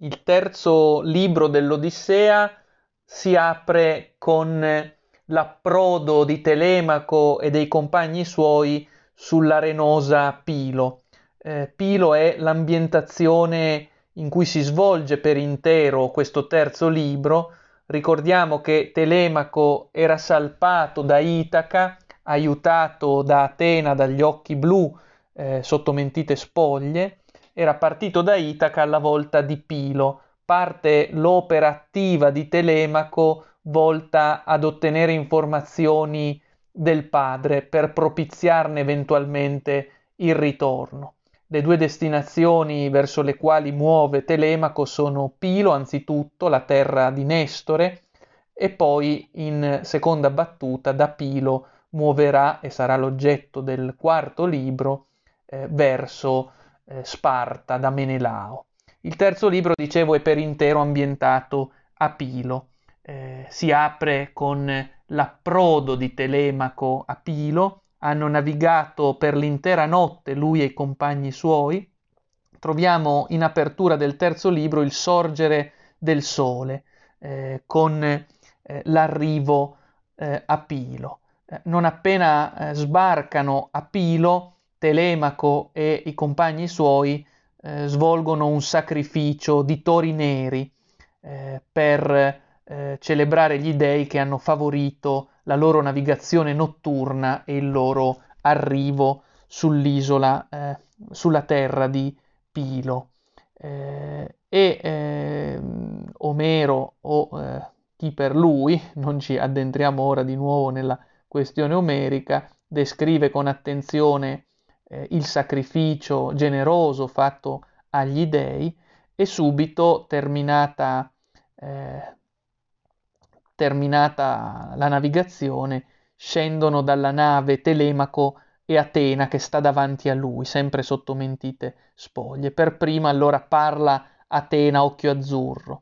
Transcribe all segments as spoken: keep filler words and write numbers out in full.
Il terzo libro dell'Odissea si apre con l'approdo di Telemaco e dei compagni suoi sull'arenosa Pilo. Eh, Pilo è l'ambientazione in cui si svolge per intero questo terzo libro. Ricordiamo che Telemaco era salpato da Itaca, aiutato da Atena dagli occhi blu eh, sotto mentite spoglie, era partito da Itaca alla volta di Pilo. Parte l'opera attiva di Telemaco volta ad ottenere informazioni del padre per propiziarne eventualmente il ritorno. Le due destinazioni verso le quali muove Telemaco sono Pilo, anzitutto, la terra di Nestore, e poi in seconda battuta da Pilo muoverà, e sarà l'oggetto del quarto libro, eh, verso eh, Sparta da Menelao. Il terzo libro, dicevo, è per intero ambientato a Pilo. Eh, si apre con l'approdo di Telemaco a Pilo. Hanno navigato per l'intera notte lui e i compagni suoi. Troviamo in apertura del terzo libro il sorgere del sole, eh, con eh, l'arrivo eh, a Pilo. Eh, non appena eh, sbarcano a Pilo, Telemaco e i compagni suoi eh, svolgono un sacrificio di tori neri eh, per eh, celebrare gli dei che hanno favorito la loro navigazione notturna e il loro arrivo sull'isola, eh, sulla terra di Pilo. Eh, e eh, Omero o eh, chi per lui, non ci addentriamo ora di nuovo nella questione omerica, descrive con attenzione eh, il sacrificio generoso fatto agli dei e subito terminata, eh, terminata la navigazione scendono dalla nave Telemaco e Atena che sta davanti a lui, sempre sotto mentite spoglie. Per prima allora parla Atena occhio azzurro.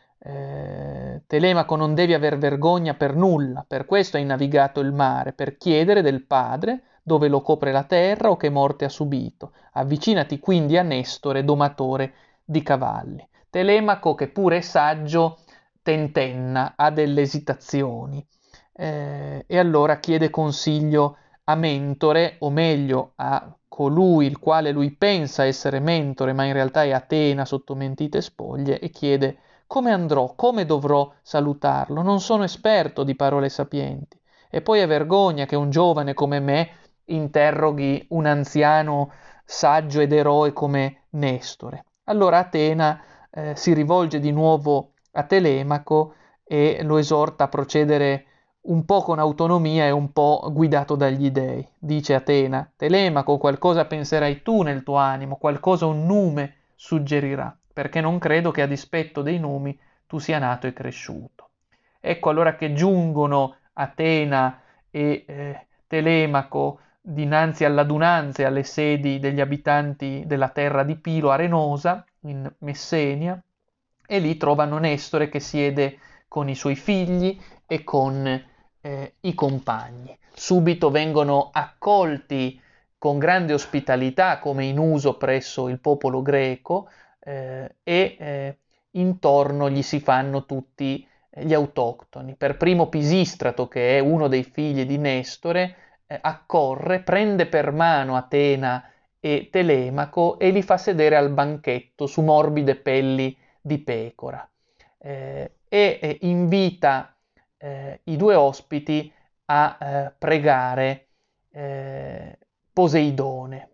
Eh, Telemaco non devi aver vergogna per nulla, per questo hai navigato il mare, per chiedere del padre dove lo copre la terra o che morte ha subito. Avvicinati quindi a Nestore, domatore di cavalli. Telemaco, che pure è saggio, tentenna, ha delle esitazioni eh, e allora chiede consiglio a Mentore, o meglio a colui il quale lui pensa essere Mentore, ma in realtà è Atena sotto mentite spoglie, e chiede come andrò, come dovrò salutarlo. Non sono esperto di parole sapienti. E poi è vergogna che un giovane come me interroghi un anziano saggio ed eroe come Nestore. Allora Atena eh, si rivolge di nuovo a Telemaco e lo esorta a procedere un po' con autonomia e un po' guidato dagli dei. Dice Atena: Telemaco, qualcosa penserai tu nel tuo animo, qualcosa un nume suggerirà, perché non credo che a dispetto dei numi tu sia nato e cresciuto. Ecco allora che giungono Atena e eh, Telemaco dinanzi all'adunanza e alle sedi degli abitanti della terra di Pilo Arenosa, in Messenia, e lì trovano Nestore che siede con i suoi figli e con eh, i compagni. Subito vengono accolti con grande ospitalità, come in uso presso il popolo greco, eh, e eh, intorno gli si fanno tutti gli autoctoni. Per primo Pisistrato, che è uno dei figli di Nestore, eh, accorre, prende per mano Atena e Telemaco e li fa sedere al banchetto su morbide pelli di pecora eh, e eh, invita eh, i due ospiti a eh, pregare eh, Poseidone.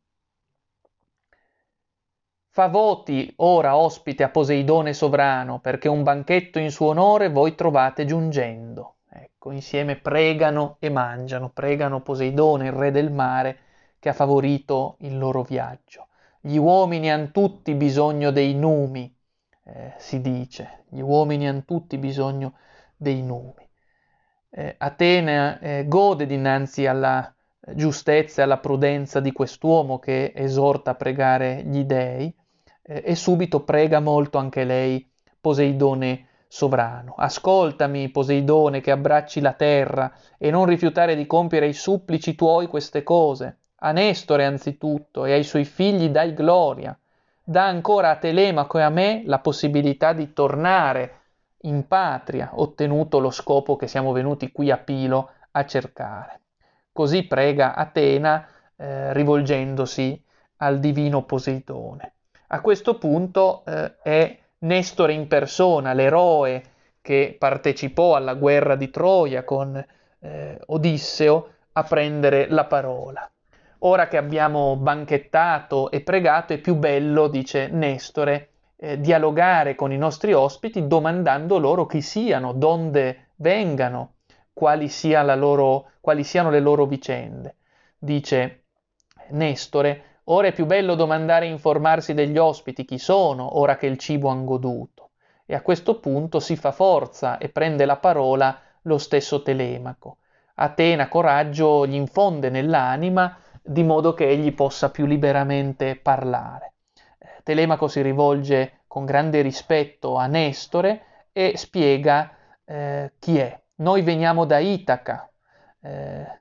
Fa voti ora ospite a Poseidone sovrano, perché un banchetto in suo onore voi trovate giungendo. Ecco, insieme pregano e mangiano, pregano Poseidone, il re del mare, che ha favorito il loro viaggio. Gli uomini han tutti bisogno dei numi, eh, si dice, gli uomini han tutti bisogno dei numi. Eh, Atena eh, gode dinanzi alla giustezza e alla prudenza di quest'uomo che esorta a pregare gli dei, eh, e subito prega molto anche lei Poseidone sovrano. Ascoltami, Poseidone, che abbracci la terra, e non rifiutare di compiere ai supplici tuoi queste cose. A Nestore anzitutto e ai suoi figli dai gloria. dà ancora a Telemaco e a me la possibilità di tornare in patria, ottenuto lo scopo che siamo venuti qui a Pilo a cercare. Così prega Atena, eh, rivolgendosi al divino Poseidone. A questo punto eh, è Nestore in persona, l'eroe che partecipò alla guerra di Troia con eh, Odisseo, a prendere la parola. Ora che abbiamo banchettato e pregato, è più bello, dice Nestore, eh, dialogare con i nostri ospiti domandando loro chi siano, donde vengano, quali, sia la loro, quali siano le loro vicende. Dice Nestore, ora è più bello domandare e informarsi degli ospiti chi sono, ora che il cibo han goduto. E a questo punto si fa forza e prende la parola lo stesso Telemaco. Atena coraggio gli infonde nell'anima di modo che egli possa più liberamente parlare. Telemaco si rivolge con grande rispetto a Nestore e spiega eh, chi è. Noi veniamo da Itaca, eh,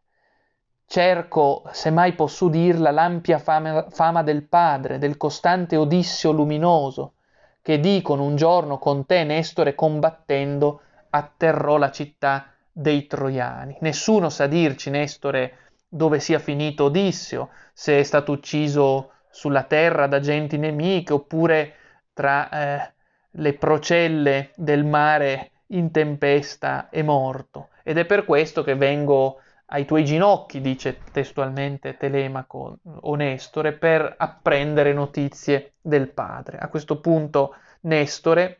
cerco, se mai posso dirla, l'ampia fama, fama del padre, del costante Odisseo luminoso, che dicono un giorno con te, Nestore, combattendo, atterrò la città dei Troiani. Nessuno sa dirci, Nestore, dove sia finito Odisseo, se è stato ucciso sulla terra da genti nemiche oppure tra eh, le procelle del mare in tempesta è morto. Ed è per questo che vengo ai tuoi ginocchi, dice testualmente Telemaco o Nestore, per apprendere notizie del padre. A questo punto Nestore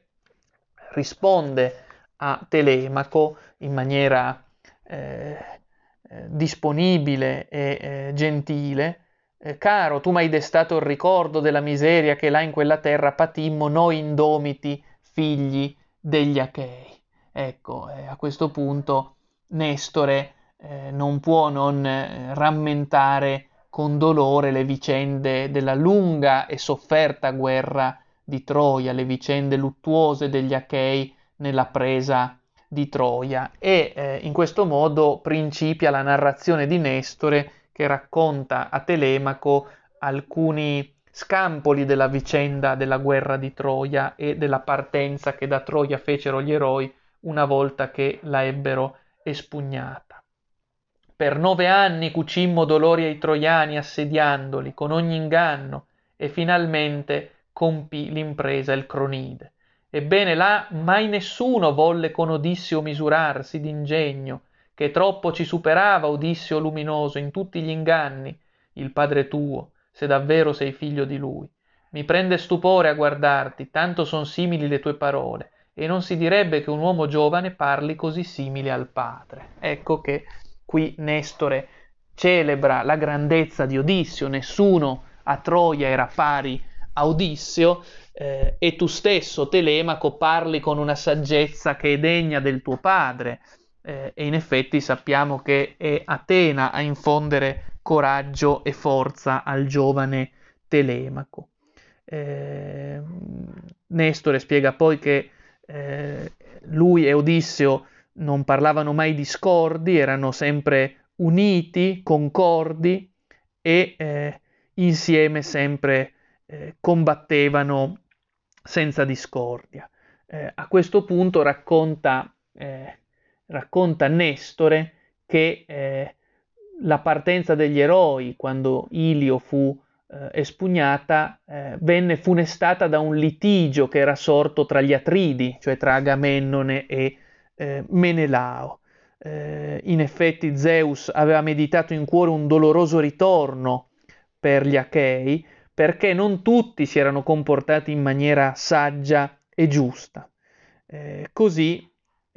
risponde a Telemaco in maniera eh, eh, disponibile e eh, gentile. Eh, caro, tu mi hai destato il ricordo della miseria che là in quella terra patimmo noi indomiti figli degli Achei. Ecco, eh, a questo punto Nestore eh, non può non eh, rammentare con dolore le vicende della lunga e sofferta guerra di Troia, le vicende luttuose degli Achei nella presa di Troia e eh, in questo modo principia la narrazione di Nestore che racconta a Telemaco alcuni scampoli della vicenda della guerra di Troia e della partenza che da Troia fecero gli eroi una volta che la ebbero espugnata. Per nove anni cucimmo dolori ai troiani assediandoli con ogni inganno e finalmente compì l'impresa il Cronide. Ebbene là mai nessuno volle con Odisseo misurarsi d'ingegno, che troppo ci superava Odisseo luminoso in tutti gli inganni, il padre tuo, se davvero sei figlio di lui. Mi prende stupore a guardarti, tanto son simili le tue parole, e non si direbbe che un uomo giovane parli così simile al padre. Ecco che qui Nestore celebra la grandezza di Odisseo, nessuno a Troia era pari a Odisseo, eh, e tu stesso, Telemaco, parli con una saggezza che è degna del tuo padre, eh, e in effetti sappiamo che è Atena a infondere coraggio e forza al giovane Telemaco. Eh, Nestore spiega poi che eh, lui e Odisseo non parlavano mai discordi, erano sempre uniti, concordi e eh, insieme sempre eh, combattevano senza discordia. Eh, a questo punto racconta, eh, racconta Nestore che eh, la partenza degli eroi, quando Ilio fu eh, espugnata, eh, venne funestata da un litigio che era sorto tra gli Atridi, cioè tra Agamennone e eh, Menelao. Eh, in effetti Zeus aveva meditato in cuore un doloroso ritorno per gli Achei, perché non tutti si erano comportati in maniera saggia e giusta. Eh, così,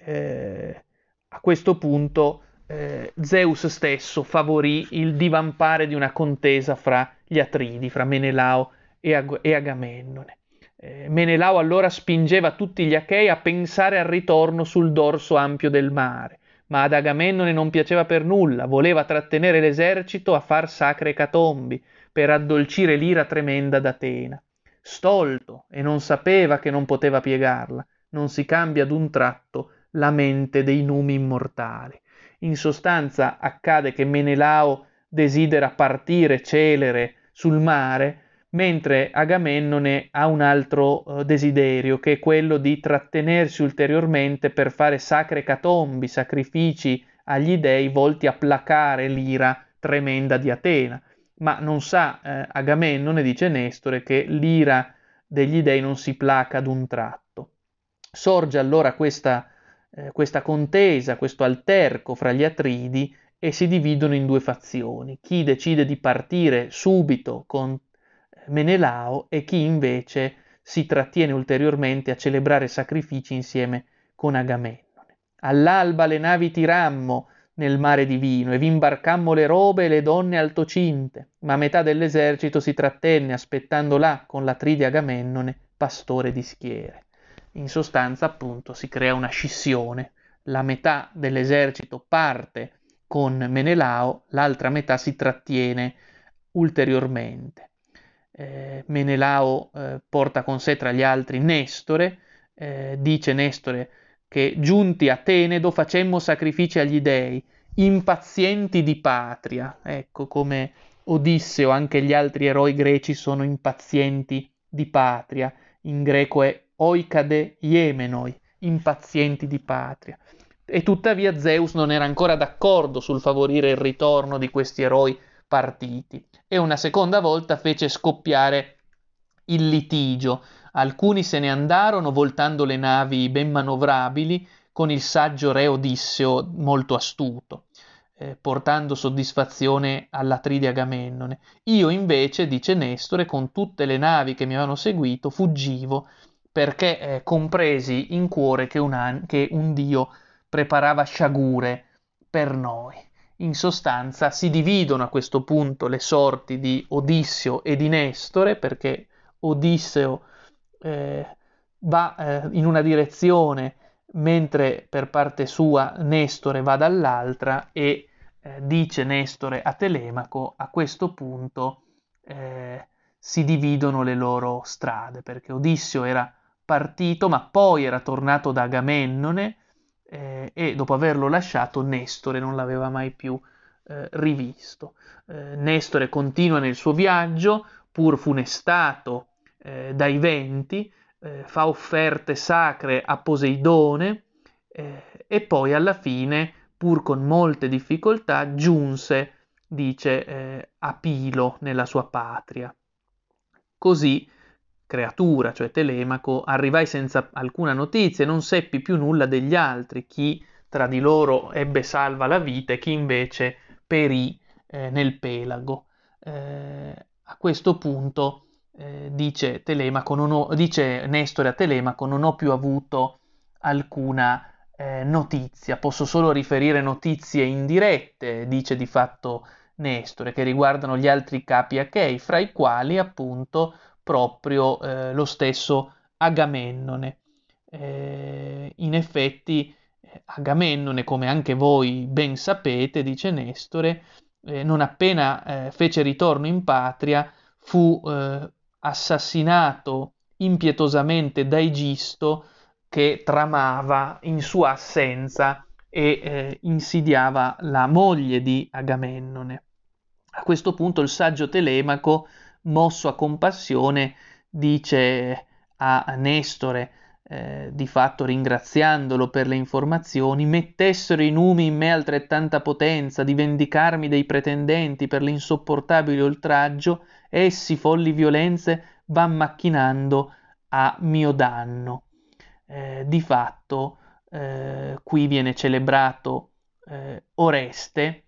eh, a questo punto, eh, Zeus stesso favorì il divampare di una contesa fra gli Atridi, fra Menelao e, Ag- e Agamennone. Eh, Menelao allora spingeva tutti gli Achei a pensare al ritorno sul dorso ampio del mare, ma ad Agamennone non piaceva per nulla, voleva trattenere l'esercito a far sacre ecatombi, per addolcire l'ira tremenda d'Atena. Stolto, e non sapeva che non poteva piegarla, non si cambia d'un tratto la mente dei numi immortali. In sostanza accade che Menelao desidera partire celere sul mare, mentre Agamennone ha un altro eh, desiderio, che è quello di trattenersi ulteriormente per fare sacre catombi, sacrifici agli dei volti a placare l'ira tremenda di Atena. Ma non sa eh, Agamennone, dice Nestore, che l'ira degli dei non si placa ad un tratto. Sorge allora questa, eh, questa contesa, questo alterco fra gli Atridi e si dividono in due fazioni. Chi decide di partire subito con Menelao e chi invece si trattiene ulteriormente a celebrare sacrifici insieme con Agamennone. All'alba le navi tirammo nel mare divino e vi imbarcammo le robe e le donne altocinte, ma metà dell'esercito si trattenne aspettando là con l'Atride Agamennone, pastore di schiere. In sostanza, appunto, si crea una scissione. La metà dell'esercito parte con Menelao, l'altra metà si trattiene ulteriormente. Eh, Menelao eh, porta con sé tra gli altri Nestore, eh, dice Nestore che giunti a Tenedo facemmo sacrifici agli dei, impazienti di patria. Ecco come Odisseo, anche gli altri eroi greci sono impazienti di patria. In greco è oikade iemenoi, impazienti di patria. E tuttavia Zeus non era ancora d'accordo sul favorire il ritorno di questi eroi partiti e una seconda volta fece scoppiare il litigio. Alcuni se ne andarono voltando le navi ben manovrabili con il saggio re Odisseo molto astuto, eh, portando soddisfazione all'Atride Agamennone. Io invece, dice Nestore, con tutte le navi che mi avevano seguito, fuggivo perché eh, compresi in cuore che un, an- che un dio preparava sciagure per noi. In sostanza si dividono a questo punto le sorti di Odisseo e di Nestore, perché Odisseo eh, va eh, in una direzione, mentre per parte sua Nestore va dall'altra e eh, dice Nestore a Telemaco, a questo punto eh, si dividono le loro strade, perché Odisseo era partito, ma poi era tornato da Agamennone eh, e dopo averlo lasciato Nestore non l'aveva mai più eh, rivisto. Eh, Nestore continua nel suo viaggio, pur funestato eh, dai venti, eh, fa offerte sacre a Poseidone eh, e poi alla fine, pur con molte difficoltà, giunse, dice, eh, a Pilo nella sua patria. Così, creatura, cioè Telemaco, arrivai senza alcuna notizia e non seppi più nulla degli altri, chi tra di loro ebbe salva la vita e chi invece perì eh, nel Pelago. Eh, a questo punto eh, dice, Telemaco, non ho, dice Nestore a Telemaco, non ho più avuto alcuna eh, notizia, posso solo riferire notizie indirette, dice di fatto Nestore, che riguardano gli altri capi achei, fra i quali appunto proprio eh, lo stesso Agamennone. Eh, in effetti Agamennone, come anche voi ben sapete, dice Nestore, eh, non appena eh, fece ritorno in patria, fu eh, assassinato impietosamente da Egisto che tramava in sua assenza e eh, insidiava la moglie di Agamennone. A questo punto il saggio Telemaco, mosso a compassione, dice a Nestore, eh, di fatto ringraziandolo per le informazioni, mettessero i numi in me altrettanta potenza di vendicarmi dei pretendenti per l'insopportabile oltraggio, essi, folli violenze, van macchinando a mio danno. Eh, di fatto, eh, qui viene celebrato eh, Oreste,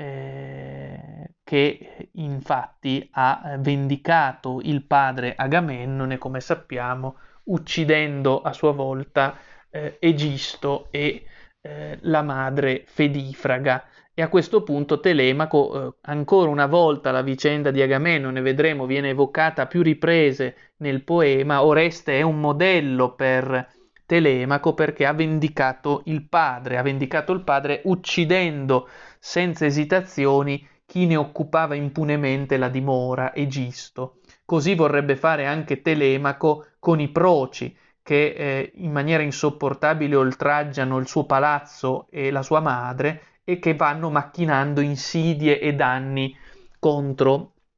eh, che infatti ha vendicato il padre Agamennone, come sappiamo, uccidendo a sua volta eh, Egisto e eh, la madre Fedifraga. E a questo punto Telemaco, eh, ancora una volta la vicenda di Agamennone, vedremo, viene evocata a più riprese nel poema. Oreste è un modello per Telemaco perché ha vendicato il padre, ha vendicato il padre uccidendo senza esitazioni chi ne occupava impunemente la dimora, Egisto. Così vorrebbe fare anche Telemaco con i proci, che eh, in maniera insopportabile oltraggiano il suo palazzo e la sua madre e che vanno macchinando insidie e danni contro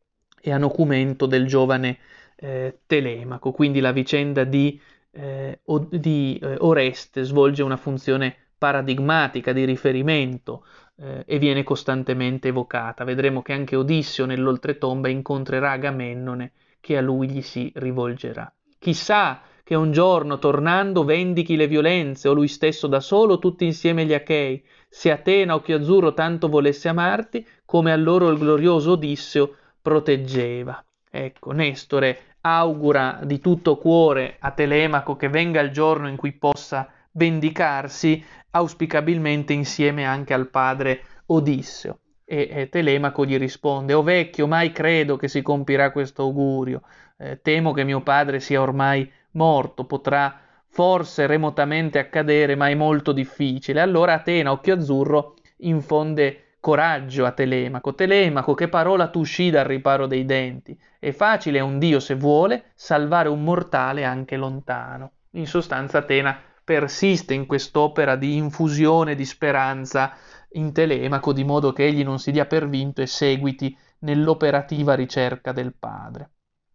e a nocumento del giovane eh, Telemaco. Quindi la vicenda di, eh, o, di eh, Oreste svolge una funzione paradigmatica di riferimento eh, e viene costantemente evocata. Vedremo che anche Odisseo nell'oltretomba incontrerà Agamennone che a lui gli si rivolgerà. Chissà che un giorno, tornando, vendichi le violenze, o lui stesso da solo, o tutti insieme gli Achei, se Atena, occhio azzurro, tanto volesse amarti, come a loro il glorioso Odisseo proteggeva. Ecco, Nestore augura di tutto cuore a Telemaco che venga il giorno in cui possa vendicarsi, auspicabilmente insieme anche al padre Odisseo. E, e Telemaco gli risponde: «O vecchio, mai credo che si compirà questo augurio. Eh, temo che mio padre sia ormai morto, potrà forse remotamente accadere, ma è molto difficile». Allora Atena, occhio azzurro, infonde coraggio a Telemaco. «Telemaco, che parola tu uscì dal riparo dei denti? È facile a un dio, se vuole, salvare un mortale anche lontano». In sostanza Atena persiste in quest'opera di infusione di speranza in Telemaco, di modo che egli non si dia per vinto e seguiti nell'operativa ricerca del padre.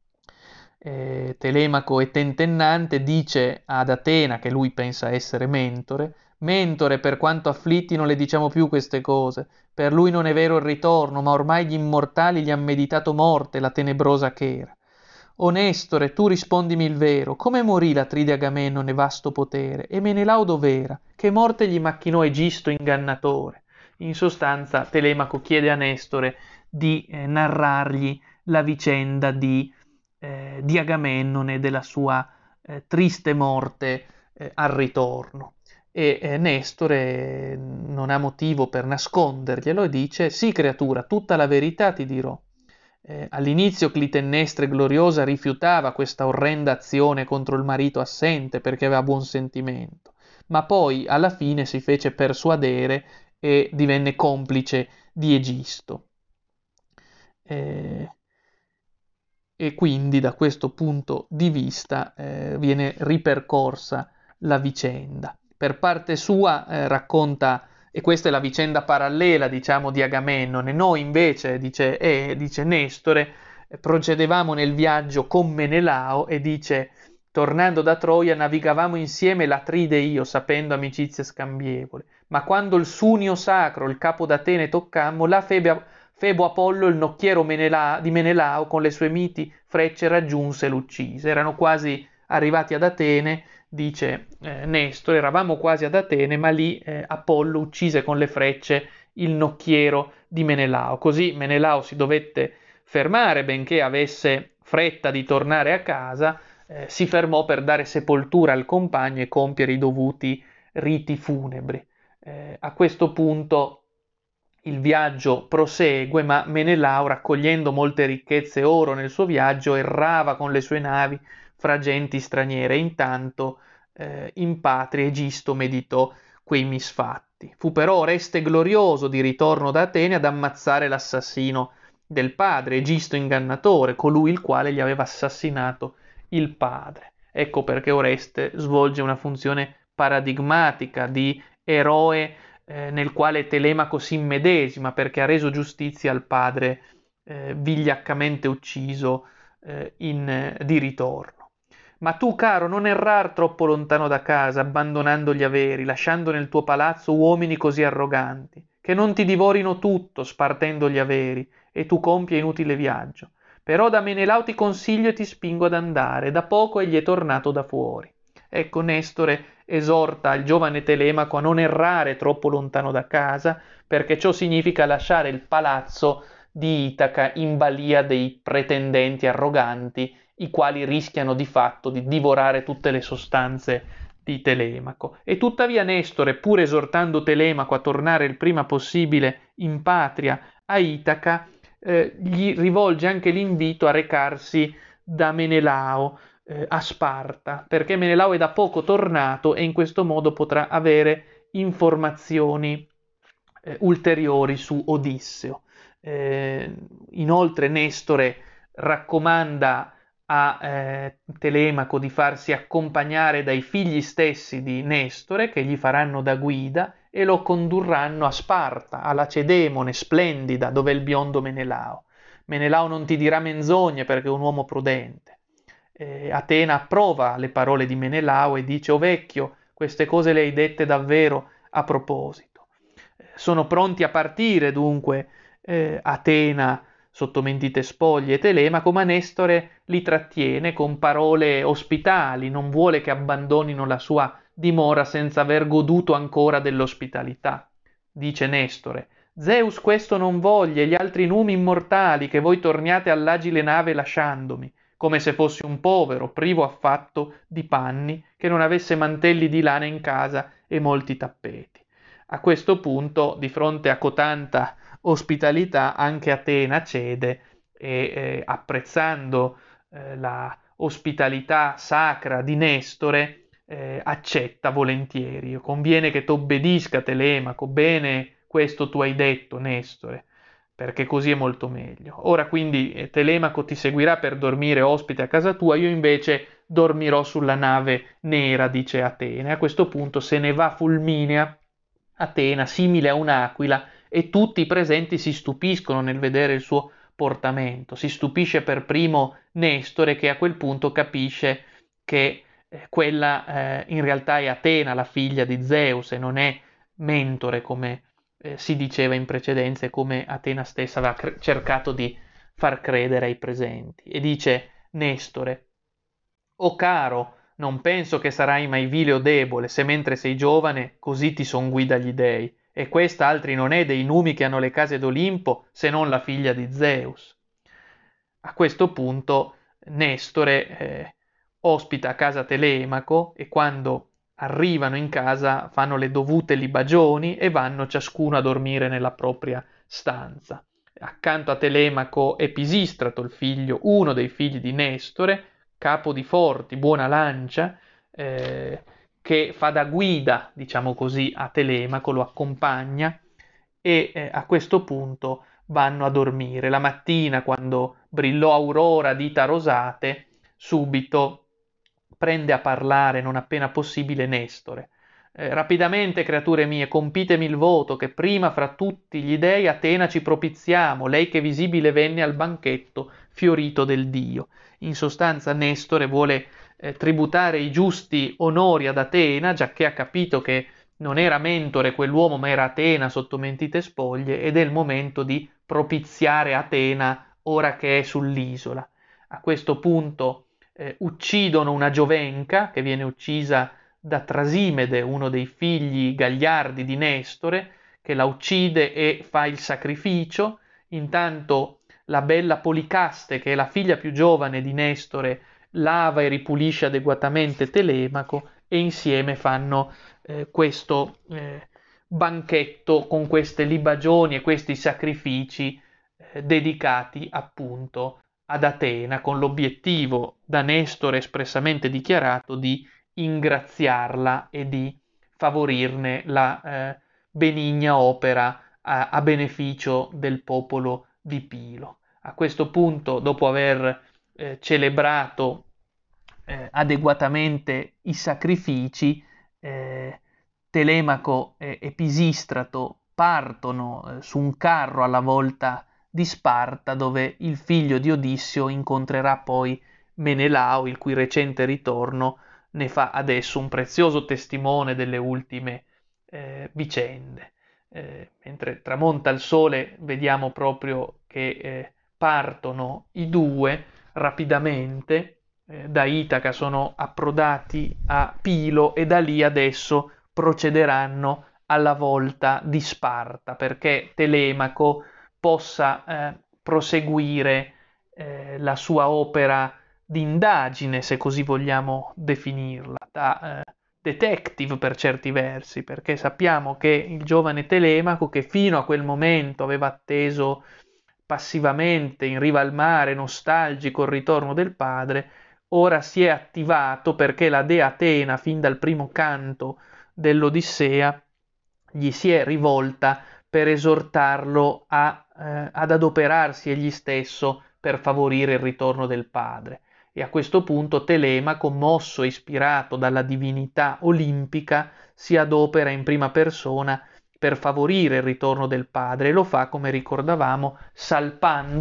Eh, Telemaco è tentennante, dice ad Atena, che lui pensa essere mentore: «Mentore, per quanto afflitti non le diciamo più queste cose. Per lui non è vero il ritorno, ma ormai gli immortali gli han meditato morte, la tenebrosa chera. O Nestore, tu rispondimi il vero: come morì l'Atride Agamennone vasto potere? E Menelao dov'era? Che morte gli macchinò Egisto ingannatore?» In sostanza Telemaco chiede a Nestore di eh, narrargli la vicenda di Eh, di Agamennone e della sua eh, triste morte eh, al ritorno. E eh, Nestore non ha motivo per nasconderglielo e dice: «Sì, creatura, tutta la verità ti dirò. Eh, all'inizio Clitennestra gloriosa rifiutava questa orrenda azione contro il marito assente perché aveva buon sentimento, ma poi alla fine si fece persuadere e divenne complice di Egisto». Eh, E quindi da questo punto di vista eh, viene ripercorsa la vicenda. Per parte sua eh, racconta, e questa è la vicenda parallela, diciamo, di Agamennone. Noi invece, dice, eh, dice Nestore, eh, procedevamo nel viaggio con Menelao e dice: «Tornando da Troia navigavamo insieme l'Atride e io, sapendo amicizia scambievole. Ma quando il Sunio sacro, il capo d'Atene, toccammo, la Febe Febo Apollo, il nocchiero Menela, di Menelao, con le sue miti frecce raggiunse e l'uccise». Erano quasi arrivati ad Atene, dice eh, Nestore, eravamo quasi ad Atene, ma lì eh, Apollo uccise con le frecce il nocchiero di Menelao. Così Menelao si dovette fermare, benché avesse fretta di tornare a casa, eh, si fermò per dare sepoltura al compagno e compiere i dovuti riti funebri. Eh, a questo punto il viaggio prosegue, ma Menelao, raccogliendo molte ricchezze e oro nel suo viaggio, errava con le sue navi fra genti straniere. Intanto eh, in patria Egisto meditò quei misfatti. Fu però Oreste glorioso di ritorno da Atene ad ammazzare l'assassino del padre, Egisto ingannatore, colui il quale gli aveva assassinato il padre. Ecco perché Oreste svolge una funzione paradigmatica di eroe eh, nel quale Telemaco si immedesima, perché ha reso giustizia al padre eh, vigliaccamente ucciso eh, in, eh, di ritorno. «Ma tu, caro, non errar troppo lontano da casa, abbandonando gli averi, lasciando nel tuo palazzo uomini così arroganti, che non ti divorino tutto, spartendo gli averi, e tu compia inutile viaggio. Però da Menelao ti consiglio e ti spingo ad andare, da poco egli è tornato da fuori». Ecco, Nestore esorta il giovane Telemaco a non errare troppo lontano da casa, perché ciò significa lasciare il palazzo di Itaca in balia dei pretendenti arroganti, i quali rischiano di fatto di divorare tutte le sostanze di Telemaco. E tuttavia Nestore, pur esortando Telemaco a tornare il prima possibile in patria a Itaca, eh, gli rivolge anche l'invito a recarsi da Menelao eh, a Sparta, perché Menelao è da poco tornato e in questo modo potrà avere informazioni eh, ulteriori su Odisseo. Eh, inoltre Nestore raccomanda a eh, Telemaco di farsi accompagnare dai figli stessi di Nestore, che gli faranno da guida e lo condurranno a Sparta, alla Cedemone splendida, dove è il biondo Menelao. Menelao non ti dirà menzogne perché è un uomo prudente. Eh, Atena approva le parole di Menelao e dice: o vecchio, queste cose le hai dette davvero a proposito. Eh, sono pronti a partire dunque eh, Atena, sotto mentite spoglie, e Telemaco, ma Nestore li trattiene con parole ospitali, non vuole che abbandonino la sua dimora senza aver goduto ancora dell'ospitalità. Dice Nestore: Zeus questo non voglia, e gli altri numi immortali, che voi torniate all'agile nave lasciandomi, come se fossi un povero, privo affatto di panni, che non avesse mantelli di lana in casa e molti tappeti. A questo punto, di fronte a cotanta ospitalità, anche Atena cede e, eh, apprezzando eh, la ospitalità sacra di Nestore, eh, accetta volentieri. Conviene che t'obbedisca, Telemaco, bene questo tu hai detto, Nestore, perché così è molto meglio. Ora quindi eh, Telemaco ti seguirà per dormire ospite a casa tua, io invece dormirò sulla nave nera, dice Atena. E a questo punto se ne va fulminea Atena, simile a un'aquila, e tutti i presenti si stupiscono nel vedere il suo portamento. Si stupisce per primo Nestore, che a quel punto capisce che eh, quella eh, in realtà è Atena, la figlia di Zeus, e non è Mentore come eh, si diceva in precedenza e come Atena stessa aveva cre- cercato di far credere ai presenti. E dice Nestore: o caro, non penso che sarai mai vile o debole, se mentre sei giovane così ti son guida gli dei. E questa altri non è dei numi che hanno le case d'Olimpo, se non la figlia di Zeus. A questo punto Nestore eh, ospita a casa Telemaco, e quando arrivano in casa fanno le dovute libagioni e vanno ciascuno a dormire nella propria stanza. Accanto a Telemaco è Pisistrato, il figlio, uno dei figli di Nestore, capo di forti, buona lancia, eh, che fa da guida, diciamo così, a Telemaco, lo accompagna, e eh, a questo punto vanno a dormire. La mattina, quando brillò aurora dita rosate, subito prende a parlare, non appena possibile, Nestore. Eh, rapidamente, creature mie, compitemi il voto, che prima fra tutti gli dei Atena ci propiziamo, lei che visibile venne al banchetto fiorito del dio. In sostanza Nestore vuole eh, tributare i giusti onori ad Atena, giacché ha capito che non era Mentore quell'uomo, ma era Atena sotto mentite spoglie, ed è il momento di propiziare Atena ora che è sull'isola. A questo punto eh, uccidono una giovenca che viene uccisa da Trasimede, uno dei figli gagliardi di Nestore, che la uccide e fa il sacrificio. Intanto la bella Policaste, che è la figlia più giovane di Nestore, lava e ripulisce adeguatamente Telemaco, e insieme fanno eh, questo eh, banchetto con queste libagioni e questi sacrifici eh, dedicati appunto ad Atena, con l'obiettivo da Nestore espressamente dichiarato di ingraziarla e di favorirne la eh, benigna opera a, a beneficio del popolo di Pilo. A questo punto, dopo aver eh, celebrato eh, adeguatamente i sacrifici, eh, Telemaco e, e Pisistrato partono eh, su un carro alla volta di Sparta, dove il figlio di Odisseo incontrerà poi Menelao, il cui recente ritorno ne fa adesso un prezioso testimone delle ultime eh, vicende. Eh, mentre tramonta il sole, vediamo proprio che eh, partono i due rapidamente eh, da Itaca, sono approdati a Pilo, e da lì adesso procederanno alla volta di Sparta, perché Telemaco possa eh, proseguire eh, la sua opera di indagine, se così vogliamo definirla, da eh, detective per certi versi, perché sappiamo che il giovane Telemaco, che fino a quel momento aveva atteso passivamente in riva al mare, nostalgico, il ritorno del padre, ora si è attivato perché la dea Atena, fin dal primo canto dell'Odissea, gli si è rivolta per esortarlo a, eh, ad adoperarsi egli stesso per favorire il ritorno del padre. E a questo punto Telemaco, mosso e ispirato dalla divinità olimpica, si adopera in prima persona per favorire il ritorno del padre, e lo fa, come ricordavamo, salpando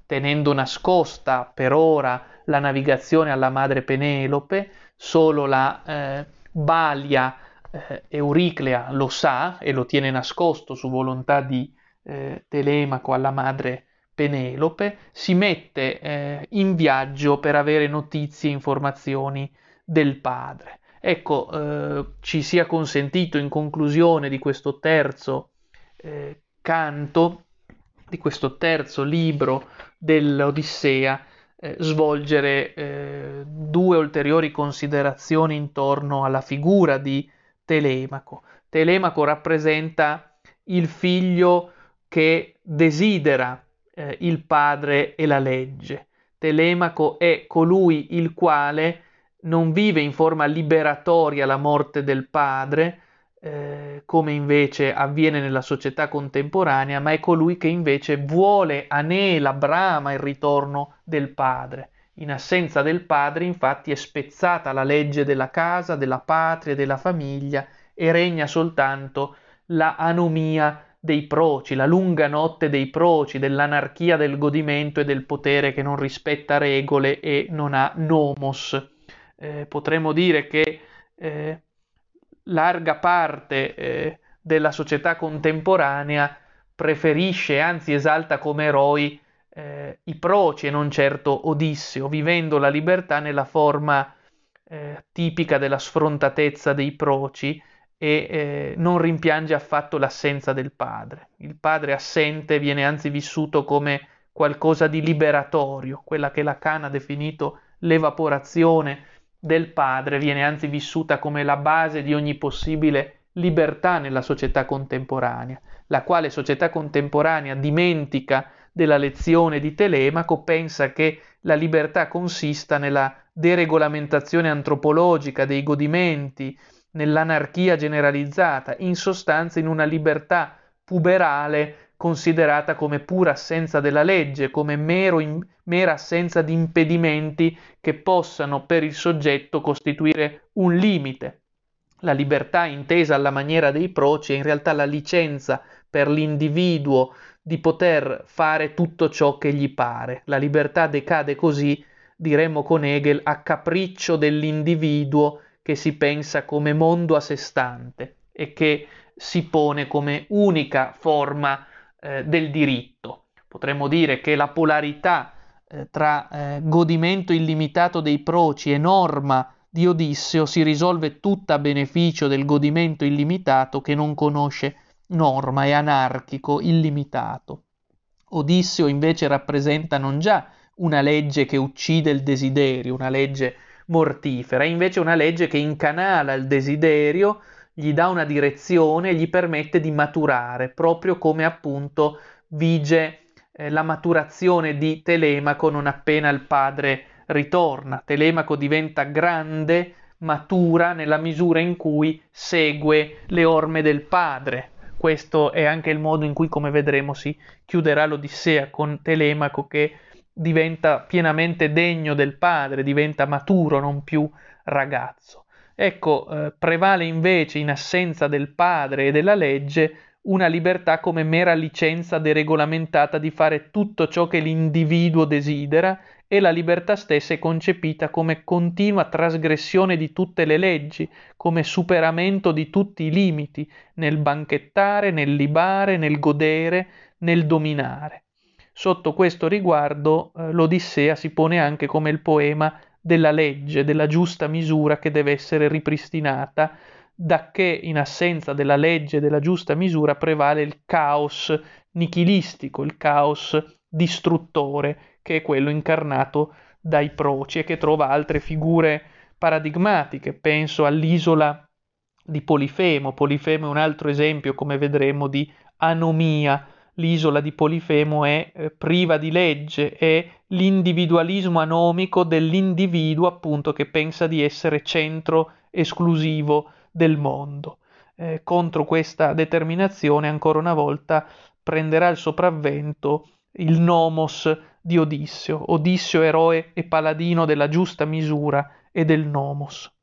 tenendo nascosta per ora la navigazione alla madre Penelope. Solo la eh, Balia eh, Euriclea lo sa e lo tiene nascosto su volontà di eh, Telemaco alla madre Penelope. Si mette eh, in viaggio per avere notizie e informazioni del padre. Ecco, eh, ci sia consentito in conclusione di questo terzo eh, canto, di questo terzo libro dell'Odissea, eh, svolgere eh, due ulteriori considerazioni intorno alla figura di Telemaco. Telemaco rappresenta il figlio che desidera eh, il padre e la legge. Telemaco è colui il quale non vive in forma liberatoria la morte del padre, eh, come invece avviene nella società contemporanea, ma è colui che invece vuole, anela, brama il ritorno del padre. In assenza del padre, infatti, è spezzata la legge della casa, della patria, della famiglia e regna soltanto la anomia dei proci, la lunga notte dei proci, dell'anarchia del godimento e del potere che non rispetta regole e non ha nomos. Eh, potremmo dire che eh, larga parte eh, della società contemporanea preferisce, anzi esalta come eroi eh, i proci e non certo Odisseo, vivendo la libertà nella forma eh, tipica della sfrontatezza dei proci e eh, non rimpiange affatto l'assenza del padre. Il padre assente viene anzi vissuto come qualcosa di liberatorio, quella che Lacan ha definito l'evaporazione del padre viene anzi vissuta come la base di ogni possibile libertà nella società contemporanea, la quale società contemporanea dimentica della lezione di Telemaco, pensa che la libertà consista nella deregolamentazione antropologica dei godimenti, nell'anarchia generalizzata, in sostanza in una libertà puberale considerata come pura assenza della legge, come mero in, mera assenza di impedimenti che possano per il soggetto costituire un limite. La libertà intesa alla maniera dei proci è in realtà la licenza per l'individuo di poter fare tutto ciò che gli pare. La libertà decade così, diremmo con Hegel, a capriccio dell'individuo che si pensa come mondo a sé stante e che si pone come unica forma eh, del diritto. Potremmo dire che la polarità eh, tra eh, godimento illimitato dei proci e norma di Odisseo si risolve tutta a beneficio del godimento illimitato che non conosce norma, è anarchico, illimitato. Odisseo invece rappresenta non già una legge che uccide il desiderio, una legge mortifera, è invece una legge che incanala il desiderio, gli dà una direzione e gli permette di maturare, proprio come appunto vige eh, la maturazione di Telemaco non appena il padre ritorna. Telemaco diventa grande, matura nella misura in cui segue le orme del padre. Questo è anche il modo in cui, come vedremo, si chiuderà l'Odissea, con Telemaco che diventa pienamente degno del padre, diventa maturo, non più ragazzo. Ecco, eh, prevale invece, in assenza del padre e della legge, una libertà come mera licenza deregolamentata di fare tutto ciò che l'individuo desidera, e la libertà stessa è concepita come continua trasgressione di tutte le leggi, come superamento di tutti i limiti, nel banchettare, nel libare, nel godere, nel dominare. Sotto questo riguardo eh, l'Odissea si pone anche come il poema della legge, della giusta misura che deve essere ripristinata, dacché in assenza della legge e della giusta misura prevale il caos nichilistico, il caos distruttore, che è quello incarnato dai proci e che trova altre figure paradigmatiche. Penso all'isola di Polifemo. Polifemo è un altro esempio, come vedremo, di anomia. L'isola di Polifemo è eh, priva di legge, è l'individualismo anomico dell'individuo, appunto, che pensa di essere centro esclusivo del mondo. Eh, contro questa determinazione, ancora una volta, prenderà il sopravvento il nomos di Odisseo, Odisseo eroe e paladino della giusta misura e del nomos.